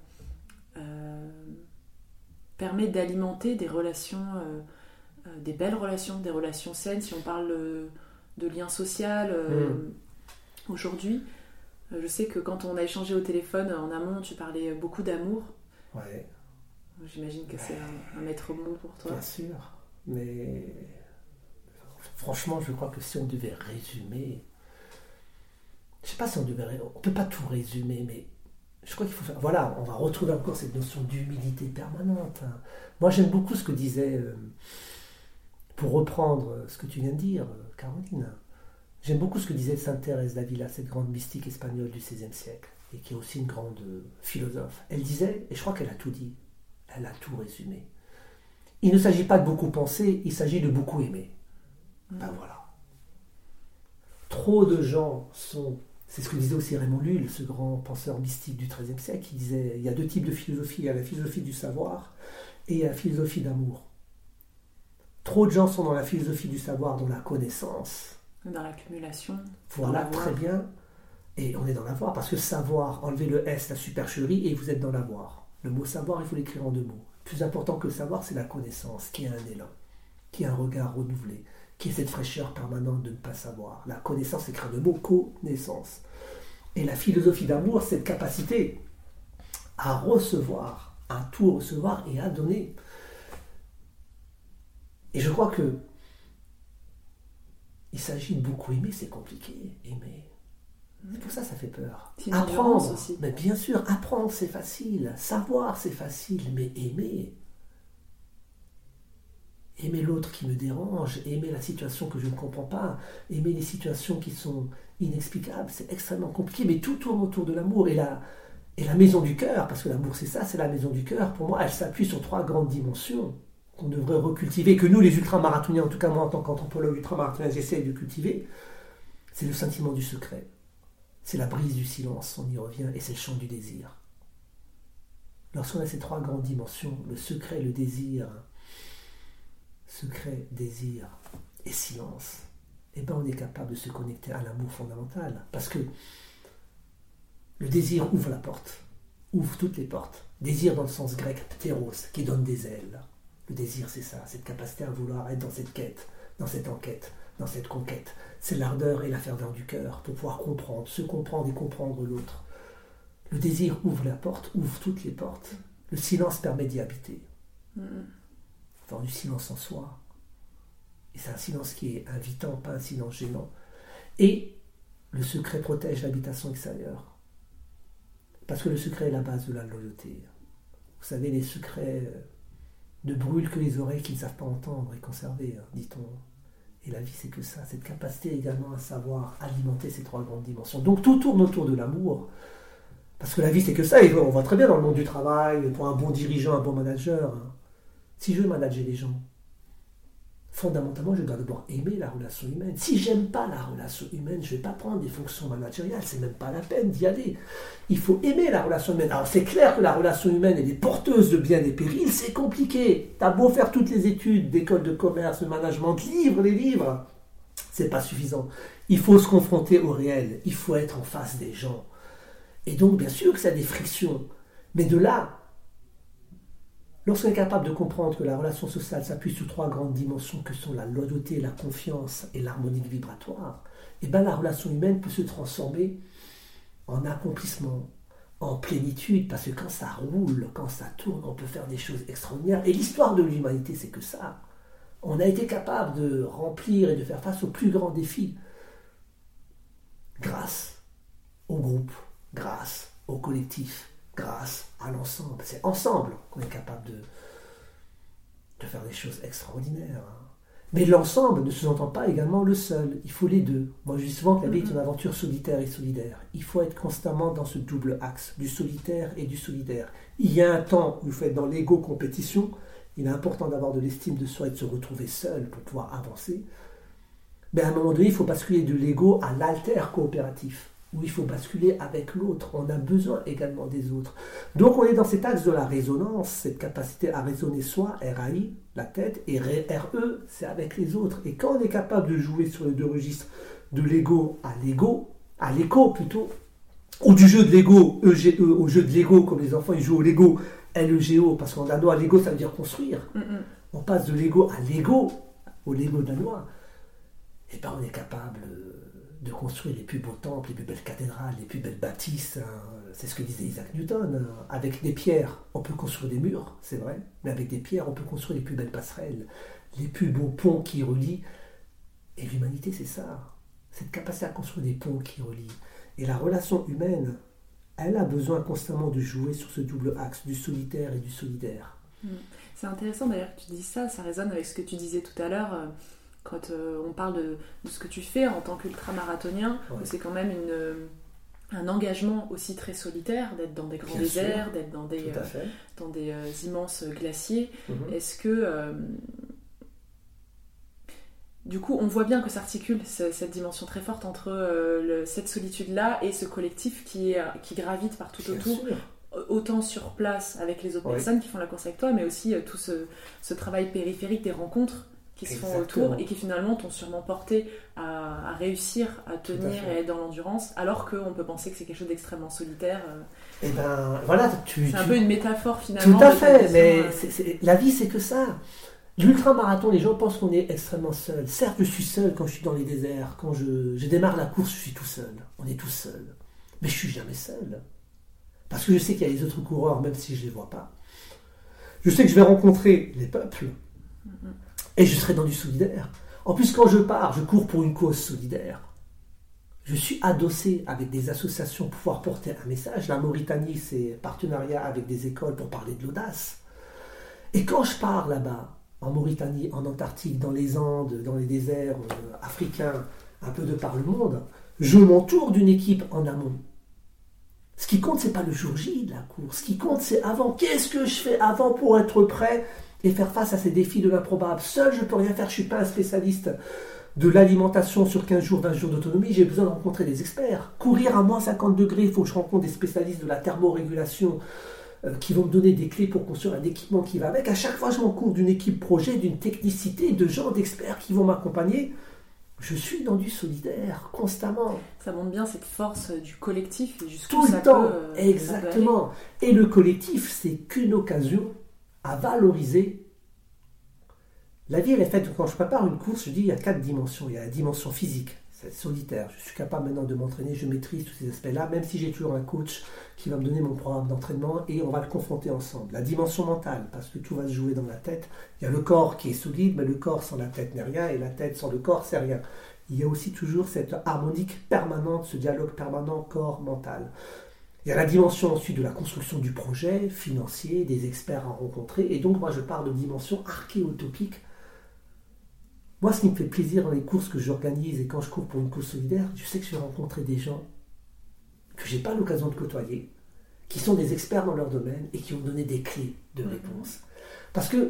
permet d'alimenter des relations, des belles relations, des relations saines, si on parle de lien social aujourd'hui? Je sais que quand on a échangé au téléphone en amont, tu parlais beaucoup d'amour. Ouais. J'imagine que c'est un maître mot pour toi. Bien sûr, mais franchement, je crois que si on devait résumer, je sais pas si on peut pas tout résumer, mais je crois qu'il faut faire. Voilà, on va retrouver encore cette notion d'humilité permanente. Moi, j'aime beaucoup ce que disait, pour reprendre ce que tu viens de dire, Caroline. J'aime beaucoup ce que disait Sainte Thérèse d'Avila, cette grande mystique espagnole du XVIe siècle, et qui est aussi une grande philosophe. Elle disait, et je crois qu'elle a tout dit, elle a tout résumé. Il ne s'agit pas de beaucoup penser, il s'agit de beaucoup aimer. Ben voilà. Trop de gens sont... C'est ce que disait aussi Raymond Lull, ce grand penseur mystique du XIIIe siècle, qui disait il y a deux types de philosophie. Il y a la philosophie du savoir et il y a la philosophie d'amour. Trop de gens sont dans la philosophie du savoir, dans la connaissance. Dans l'accumulation. Voilà, très bien. Et on est dans l'avoir, parce que savoir, enlevez le S, la supercherie, et vous êtes dans l'avoir. Le mot savoir, il faut l'écrire en 2 mots. Plus important que le savoir, c'est la connaissance, qui a un élan, qui a un regard renouvelé, qui est cette fraîcheur permanente de ne pas savoir. La connaissance, c'est écrit en 2 mots, connaissance. Et la philosophie d'amour, c'est cette capacité à recevoir, à tout recevoir et à donner. Et je crois que il s'agit de beaucoup aimer, c'est compliqué, aimer. C'est pour ça que ça fait peur. Apprendre, aussi. Mais bien sûr, apprendre c'est facile, savoir c'est facile, mais aimer l'autre qui me dérange, aimer la situation que je ne comprends pas, aimer les situations qui sont inexplicables, c'est extrêmement compliqué, mais tout tourne autour de l'amour. Et la maison du cœur, parce que l'amour c'est ça, c'est la maison du cœur, pour moi elle s'appuie sur 3 grandes dimensions qu'on devrait recultiver, que nous les ultramarathoniens, en tout cas moi en tant qu'anthropologue ultramarathonien j'essaie de cultiver. C'est le sentiment du secret, c'est la brise du silence, on y revient, et c'est le chant du désir. Lorsqu'on a ces 3 grandes dimensions, le secret, le désir, secret, désir et silence, eh ben on est capable de se connecter à l'amour fondamental, parce que le désir ouvre la porte, ouvre toutes les portes. Désir dans le sens grec ptéros, qui donne des ailes. Le désir, c'est ça, cette capacité à vouloir être dans cette quête, dans cette enquête, dans cette conquête. C'est l'ardeur et la ferveur du cœur pour pouvoir comprendre, se comprendre et comprendre l'autre. Le désir ouvre la porte, ouvre toutes les portes. Le silence permet d'y habiter. Avoir du silence en soi. Et c'est un silence qui est invitant, pas un silence gênant. Et le secret protège l'habitation extérieure. Parce que le secret est la base de la loyauté. Vous savez, les secrets ne brûlent que les oreilles qui ne savent pas entendre et conserver, dit-on. Et la vie, c'est que ça, cette capacité également à savoir alimenter ces 3 grandes dimensions. Donc tout tourne autour de l'amour. Parce que la vie, c'est que ça. Et on voit très bien dans le monde du travail, pour un bon dirigeant, un bon manager. Si je veux manager les gens, fondamentalement, je dois d'abord aimer la relation humaine. Si j'aime pas la relation humaine, je ne vais pas prendre des fonctions managériales, c'est même pas la peine d'y aller. Il faut aimer la relation humaine. Alors c'est clair que la relation humaine, elle est porteuse de bien et périls, c'est compliqué. T'as beau faire toutes les études d'école de commerce, de management, les livres, c'est pas suffisant. Il faut se confronter au réel, il faut être en face des gens. Et donc, bien sûr que ça a des frictions, mais de là, lorsqu'on est capable de comprendre que la relation sociale s'appuie sur 3 grandes dimensions que sont la loyauté, la confiance et l'harmonique vibratoire, et bien la relation humaine peut se transformer en accomplissement, en plénitude, parce que quand ça roule, quand ça tourne, on peut faire des choses extraordinaires. Et l'histoire de l'humanité, c'est que ça. On a été capable de remplir et de faire face aux plus grands défis grâce au groupe, grâce au collectif, grâce à l'ensemble. C'est ensemble qu'on est capable de faire des choses extraordinaires. Mais l'ensemble ne sous-entend pas également le seul. Il faut les deux. Moi, je dis souvent que la vie est une aventure solitaire et solidaire. Il faut être constamment dans ce double axe, du solitaire et du solidaire. Il y a un temps où il faut être dans l'égo-compétition. Il est important d'avoir de l'estime de soi et de se retrouver seul pour pouvoir avancer. Mais à un moment donné, il faut basculer de l'ego à l'alter-coopératif, où il faut basculer avec l'autre. On a besoin également des autres. Donc on est dans cet axe de la résonance, cette capacité à raisonner soi, RAI, la tête, et RE, c'est avec les autres. Et quand on est capable de jouer sur les 2 registres, de l'ego, à l'écho plutôt, ou du jeu de l'ego, EGE, au jeu de l'ego, comme les enfants ils jouent au Lego, LEGO, parce qu'en danois, l'ego ça veut dire construire. On passe de l'ego à l'ego, au Lego danois. Et bien on est capable de construire les plus beaux temples, les plus belles cathédrales, les plus belles bâtisses. C'est ce que disait Isaac Newton. Avec des pierres, on peut construire des murs, c'est vrai, mais avec des pierres, on peut construire les plus belles passerelles, les plus beaux ponts qui relient. Et l'humanité, c'est ça. Cette capacité à construire des ponts qui relient. Et la relation humaine, elle a besoin constamment de jouer sur ce double axe, du solitaire et du solidaire. C'est intéressant d'ailleurs que tu dis ça, ça résonne avec ce que tu disais tout à l'heure. Quand on parle de ce que tu fais en tant qu'ultramarathonien, c'est quand même un engagement aussi très solitaire, d'être dans des grands déserts, d'être dans des immenses glaciers. Est-ce que... du coup, on voit bien que s'articule cette dimension très forte entre cette solitude-là et ce collectif qui gravite partout autour, autant sur place avec les autres personnes qui font la course avec toi, mais aussi tout ce travail périphérique des rencontres qui se font autour et qui finalement t'ont sûrement porté à réussir à tenir et être dans l'endurance, alors qu'on peut penser que c'est quelque chose d'extrêmement solitaire. Et ben voilà, c'est un peu une métaphore finalement. Tout à fait, mais la vie c'est que ça. L'ultramarathon, les gens pensent qu'on est extrêmement seul. Certes, je suis seul quand je suis dans les déserts, quand je démarre la course, je suis tout seul. On est tous seuls. Mais je suis jamais seul. Parce que je sais qu'il y a les autres coureurs, même si je ne les vois pas. Je sais que je vais rencontrer les peuples. Et je serai dans du solidaire. En plus, quand je pars, je cours pour une cause solidaire. Je suis adossé avec des associations pour pouvoir porter un message. La Mauritanie, c'est partenariat avec des écoles pour parler de l'audace. Et quand je pars là-bas, en Mauritanie, en Antarctique, dans les Andes, dans les déserts africains, un peu de par le monde, je m'entoure d'une équipe en amont. Ce qui compte, c'est pas le jour J de la course. Ce qui compte, c'est avant. Qu'est-ce que je fais avant pour être prêt et faire face à ces défis de l'improbable? Seul, je ne peux rien faire. Je ne suis pas un spécialiste de l'alimentation sur 15 jours, 20 jours d'autonomie. J'ai besoin de rencontrer des experts. Courir à moins 50 degrés, il faut que je rencontre des spécialistes de la thermorégulation qui vont me donner des clés pour construire un équipement qui va avec. À chaque fois, je m'encours d'une équipe projet, d'une technicité, de gens, d'experts qui vont m'accompagner. Je suis dans du solidaire, constamment. Ça montre bien cette force du collectif. Et tout le temps, exactement. Et le collectif, c'est qu'une occasion à valoriser. La vie, elle est faite, quand je prépare une course, je dis il y a 4 dimensions. Il y a la dimension physique, c'est solitaire. Je suis capable maintenant de m'entraîner, je maîtrise tous ces aspects-là, même si j'ai toujours un coach qui va me donner mon programme d'entraînement et on va le confronter ensemble. La dimension mentale, parce que tout va se jouer dans la tête. Il y a le corps qui est solide, mais le corps sans la tête n'est rien, et la tête sans le corps, c'est rien. Il y a aussi toujours cette harmonique permanente, ce dialogue permanent corps-mental. Il y a la dimension ensuite de la construction du projet, financier, des experts à rencontrer, et donc moi je parle de dimension archéotopique. Moi, ce qui me fait plaisir dans les courses que j'organise et quand je cours pour une course solidaire, je sais que je vais rencontrer des gens que je n'ai pas l'occasion de côtoyer, qui sont des experts dans leur domaine et qui vont me donner des clés de réponse. Parce que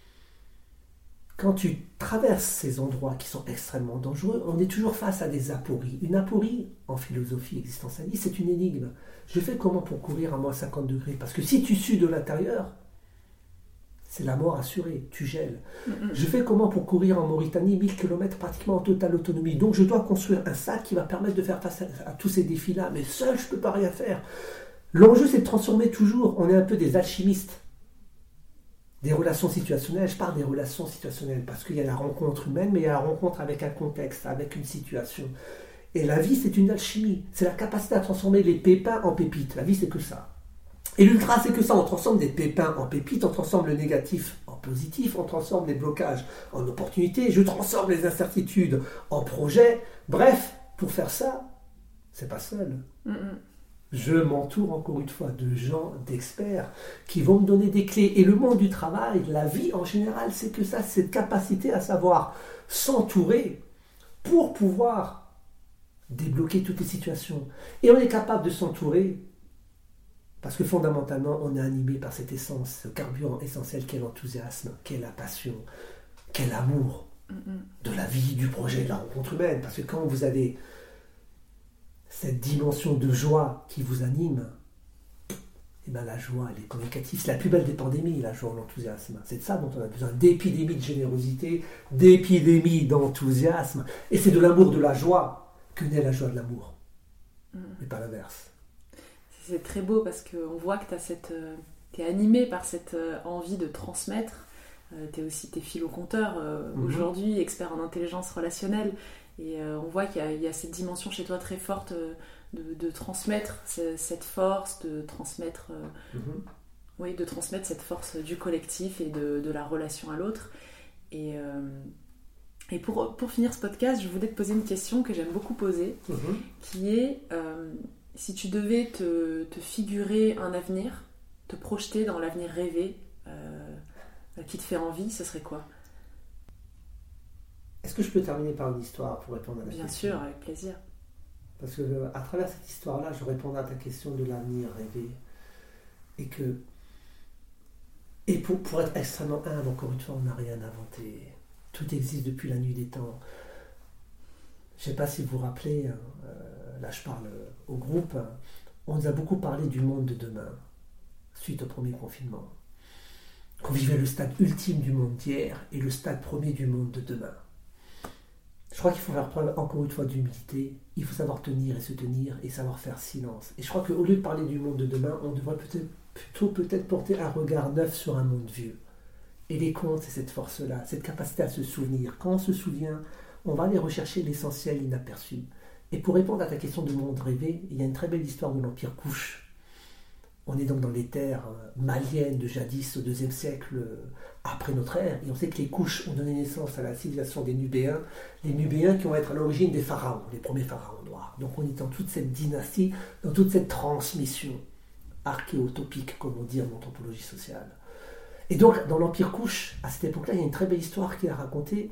quand tu traverses ces endroits qui sont extrêmement dangereux, on est toujours face à des apories. Une aporie, en philosophie existentialiste, c'est une énigme. Je fais comment pour courir à moins 50 degrés? Parce que si tu sues de l'intérieur, c'est la mort assurée, tu gèles. Je fais comment pour courir en Mauritanie 1000 km pratiquement en totale autonomie? Donc je dois construire un sac qui va permettre de faire face à tous ces défis-là. Mais seul, je ne peux pas rien faire. L'enjeu, c'est de transformer toujours. On est un peu des alchimistes. Des relations situationnelles. Je parle des relations situationnelles parce qu'il y a la rencontre humaine, mais il y a la rencontre avec un contexte, avec une situation. Et la vie, c'est une alchimie. C'est la capacité à transformer les pépins en pépites. La vie, c'est que ça. Et l'ultra, c'est que ça, on transforme des pépins en pépites, on transforme le négatif en positif, on transforme les blocages en opportunités, je transforme les incertitudes en projets. Bref, pour faire ça, c'est pas seul. Je m'entoure encore une fois de gens, d'experts, qui vont me donner des clés. Et le monde du travail, la vie en général, c'est que ça, cette capacité à savoir s'entourer pour pouvoir débloquer toutes les situations. Et on est capable de s'entourer parce que fondamentalement, on est animé par cette essence, ce carburant essentiel qu'est l'enthousiasme, qu'est la passion, qu'est l'amour de la vie, du projet, de la rencontre humaine. Parce que quand vous avez cette dimension de joie qui vous anime, et bien la joie, elle est communicative. C'est la plus belle des pandémies, la joie, l'enthousiasme. C'est de ça dont on a besoin, d'épidémie de générosité, d'épidémie d'enthousiasme. Et c'est de l'amour de la joie que naît la joie de l'amour, mais pas l'inverse. C'est très beau parce qu'on voit que tu es animé par cette envie de transmettre. Tu es aussi philoconteur aujourd'hui, expert en intelligence relationnelle. Et on voit qu'il y a cette dimension chez toi très forte de transmettre cette force, de transmettre cette force du collectif et de la relation à l'autre. Et pour finir ce podcast, je voulais te poser une question que j'aime beaucoup poser, qui est... si tu devais te figurer un avenir, te projeter dans l'avenir rêvé qui te fait envie, ce serait quoi? Est-ce que je peux terminer par une histoire pour répondre à la question? Bien sûr, avec plaisir. Parce que à travers cette histoire-là, je répondrai à ta question de l'avenir rêvé. Et pour être extrêmement humble, encore une fois, on n'a rien inventé. Tout existe depuis la nuit des temps. Je ne sais pas si vous vous rappelez, là je parle au groupe, on nous a beaucoup parlé du monde de demain, suite au premier confinement. Qu'on vivait le stade ultime du monde d'hier et le stade premier du monde de demain. Je crois qu'il faut faire preuve encore une fois d'humilité, il faut savoir tenir et se tenir et savoir faire silence. Et je crois qu'au lieu de parler du monde de demain, on devrait peut-être porter un regard neuf sur un monde vieux. Et les contes, c'est cette force-là, cette capacité à se souvenir. Quand on se souvient, on va aller rechercher l'essentiel inaperçu. Et pour répondre à ta question de monde rêvé, il y a une très belle histoire de l'Empire Kouch. On est donc dans les terres maliennes de jadis au IIe siècle après notre ère, et on sait que les Kouches ont donné naissance à la civilisation des Nubéens, les Nubéens qui vont être à l'origine des pharaons, les premiers pharaons noirs. Donc on est dans toute cette dynastie, dans toute cette transmission archéotopique, comme on dit en anthropologie sociale. Et donc dans l'Empire Kouch, à cette époque-là, il y a une très belle histoire qui est racontée,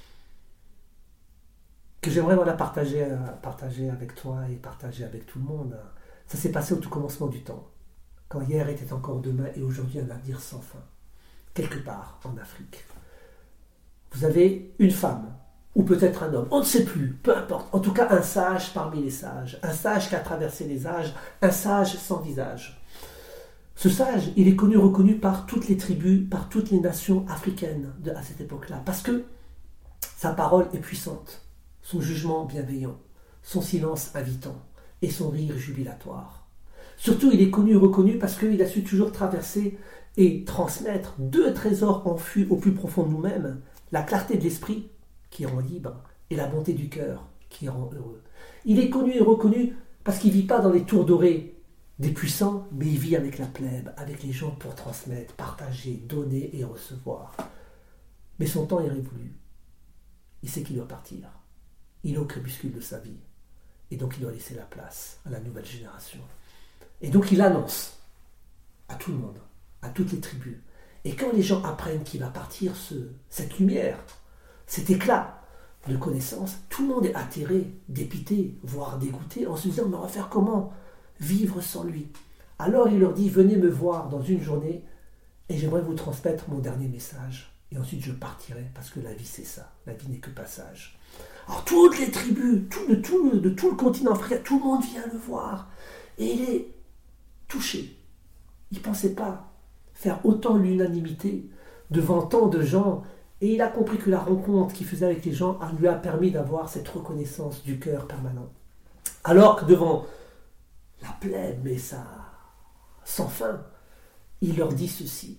que j'aimerais partager avec toi et partager avec tout le monde. Ça s'est passé au tout commencement du temps, quand hier était encore demain et aujourd'hui un avenir sans fin, quelque part en Afrique. Vous avez une femme, ou peut-être un homme, on ne sait plus, peu importe, en tout cas un sage parmi les sages, un sage qui a traversé les âges, un sage sans visage. Ce sage, il est connu, reconnu par toutes les tribus, par toutes les nations africaines à cette époque-là, parce que sa parole est puissante, son jugement bienveillant, son silence invitant et son rire jubilatoire. Surtout, il est connu, reconnu parce qu'il a su toujours traverser et transmettre deux trésors enfuis au plus profond de nous-mêmes, la clarté de l'esprit qui rend libre et la bonté du cœur qui rend heureux. Il est connu et reconnu parce qu'il ne vit pas dans les tours dorées des puissants, mais il vit avec la plèbe, avec les gens pour transmettre, partager, donner et recevoir. Mais son temps est révolu. Il sait qu'il doit partir. Il est au crépuscule de sa vie. Et donc il doit laisser la place à la nouvelle génération. Et donc il annonce à tout le monde, à toutes les tribus. Et quand les gens apprennent qu'il va partir, cette lumière, cet éclat de connaissance, tout le monde est atterré, dépité, voire dégoûté, en se disant, mais on va faire comment vivre sans lui? Alors il leur dit, venez me voir dans une journée et j'aimerais vous transmettre mon dernier message. Et ensuite je partirai, parce que la vie c'est ça, la vie n'est que passage. Alors toutes les tribus, de tout le continent africain, tout le monde vient le voir. Et il est touché. Il ne pensait pas faire autant l'unanimité devant tant de gens. Et il a compris que la rencontre qu'il faisait avec les gens lui a permis d'avoir cette reconnaissance du cœur permanent. Alors que devant la plèbe, mais ça sans fin, il leur dit ceci.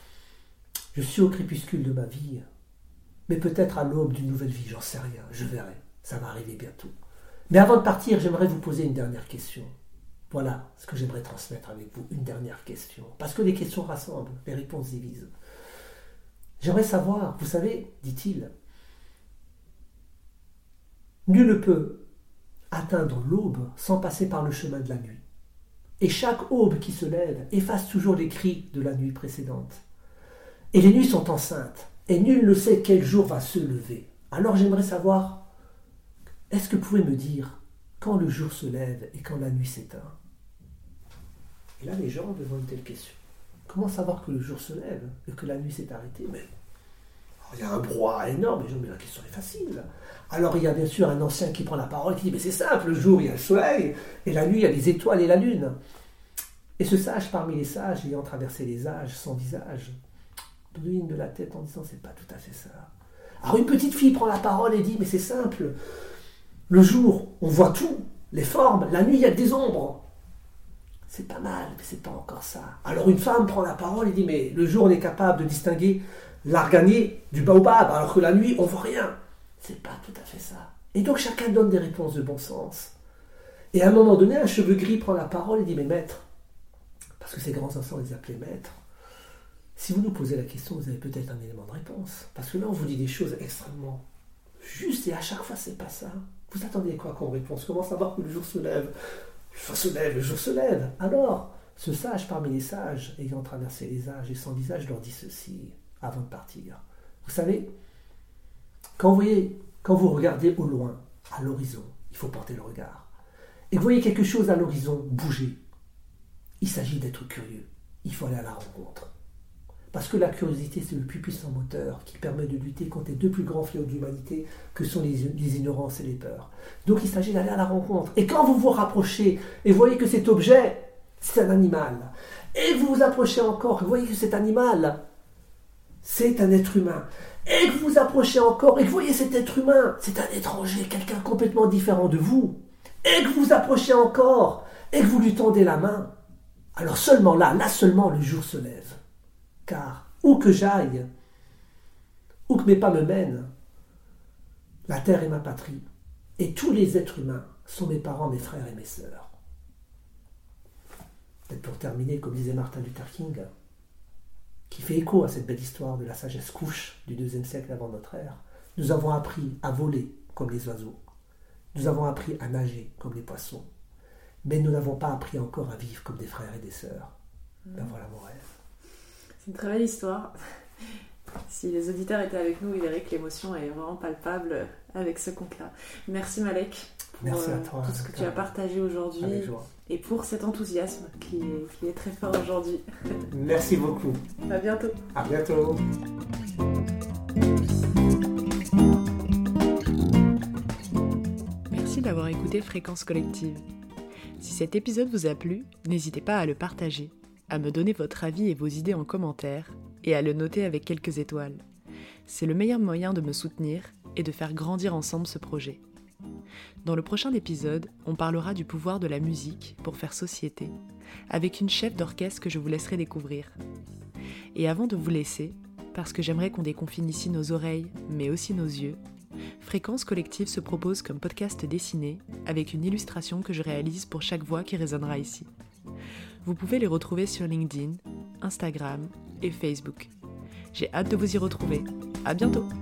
Je suis au crépuscule de ma vie, mais peut-être à l'aube d'une nouvelle vie, j'en sais rien, je verrai, ça va arriver bientôt. Mais avant de partir, j'aimerais vous poser une dernière question. Voilà ce que j'aimerais transmettre avec vous, une dernière question. Parce que les questions rassemblent, les réponses divisent. J'aimerais savoir, vous savez, dit-il, nul ne peut atteindre l'aube sans passer par le chemin de la nuit. Et chaque aube qui se lève efface toujours les cris de la nuit précédente. Et les nuits sont enceintes, et nul ne sait quel jour va se lever. Alors j'aimerais savoir, est-ce que vous pouvez me dire quand le jour se lève et quand la nuit s'éteint? Et là, les gens devant une telle question. Comment savoir que le jour se lève et que la nuit s'est arrêtée? Mais il y a un brouhaha énorme, les gens, mais la question est facile. Alors il y a bien sûr un ancien qui prend la parole et qui dit, mais c'est simple, le jour il y a le soleil, et la nuit il y a les étoiles et la lune. Et ce sage parmi les sages, ayant traversé les âges sans visage, devine de la tête en disant, c'est pas tout à fait ça. Alors une petite fille prend la parole et dit, mais c'est simple, le jour, on voit tout, les formes, la nuit, il y a des ombres. C'est pas mal, mais c'est pas encore ça. Alors une femme prend la parole et dit, mais le jour, on est capable de distinguer l'arganier du baobab, alors que la nuit, on voit rien. C'est pas tout à fait ça. Et donc chacun donne des réponses de bon sens. Et à un moment donné, un cheveu gris prend la parole et dit, mais maître, parce que ces grands anciens les appelaient maîtres, si vous nous posez la question, vous avez peut-être un élément de réponse. Parce que là, on vous dit des choses extrêmement justes et à chaque fois, c'est pas ça. Vous attendez quoi comme réponse? Comment savoir que le jour se lève? Le jour se lève. Alors, ce sage parmi les sages, ayant traversé les âges et sans visage, leur dit ceci avant de partir. Vous savez, quand vous regardez au loin, à l'horizon, il faut porter le regard. et que vous voyez quelque chose à l'horizon bouger, il s'agit d'être curieux. Il faut aller à la rencontre. Parce que la curiosité, c'est le plus puissant moteur qui permet de lutter contre les deux plus grands fléaux de l'humanité, que sont les ignorances et les peurs. Donc il s'agit d'aller à la rencontre. Et quand vous vous rapprochez et voyez que cet objet, c'est un animal, et que vous vous approchez encore et voyez que cet animal, c'est un être humain, et que vous vous approchez encore et que vous voyez cet être humain, c'est un étranger, quelqu'un complètement différent de vous, et que vous vous approchez encore et que vous lui tendez la main, alors seulement là seulement le jour se lève. Car où que j'aille, où que mes pas me mènent, la terre est ma patrie, et tous les êtres humains sont mes parents, mes frères et mes sœurs. Peut-être pour terminer, comme disait Martin Luther King, qui fait écho à cette belle histoire de la sagesse couche du IIe siècle avant notre ère, nous avons appris à voler comme les oiseaux, nous avons appris à nager comme les poissons, mais nous n'avons pas appris encore à vivre comme des frères et des sœurs. Ben voilà mon rêve. C'est une très belle histoire. Si les auditeurs étaient avec nous, ils verraient que l'émotion est vraiment palpable avec ce conte-là. Merci Malek pour tout ce que tu as partagé aujourd'hui et pour cet enthousiasme qui est très fort aujourd'hui. Merci beaucoup. À bientôt. À bientôt. Merci d'avoir écouté Fréquence Collective. Si cet épisode vous a plu, n'hésitez pas à le partager, à me donner votre avis et vos idées en commentaire et à le noter avec quelques étoiles. C'est le meilleur moyen de me soutenir et de faire grandir ensemble ce projet. Dans le prochain épisode, on parlera du pouvoir de la musique pour faire société, avec une chef d'orchestre que je vous laisserai découvrir. Et avant de vous laisser, parce que j'aimerais qu'on déconfine ici nos oreilles, mais aussi nos yeux, Fréquence Collective se propose comme podcast dessiné, avec une illustration que je réalise pour chaque voix qui résonnera ici. Vous pouvez les retrouver sur LinkedIn, Instagram et Facebook. J'ai hâte de vous y retrouver. À bientôt!